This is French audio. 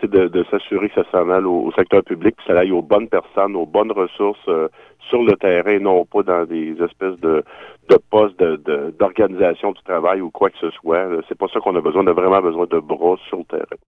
c'est de s'assurer que ça s'en aille au secteur public, puis ça aille aux bonnes personnes, aux bonnes ressources sur le terrain, non pas dans des espèces de postes d'organisation du travail ou quoi que ce soit. C'est pas ça qu'on a besoin. On a vraiment besoin de bras sur le terrain.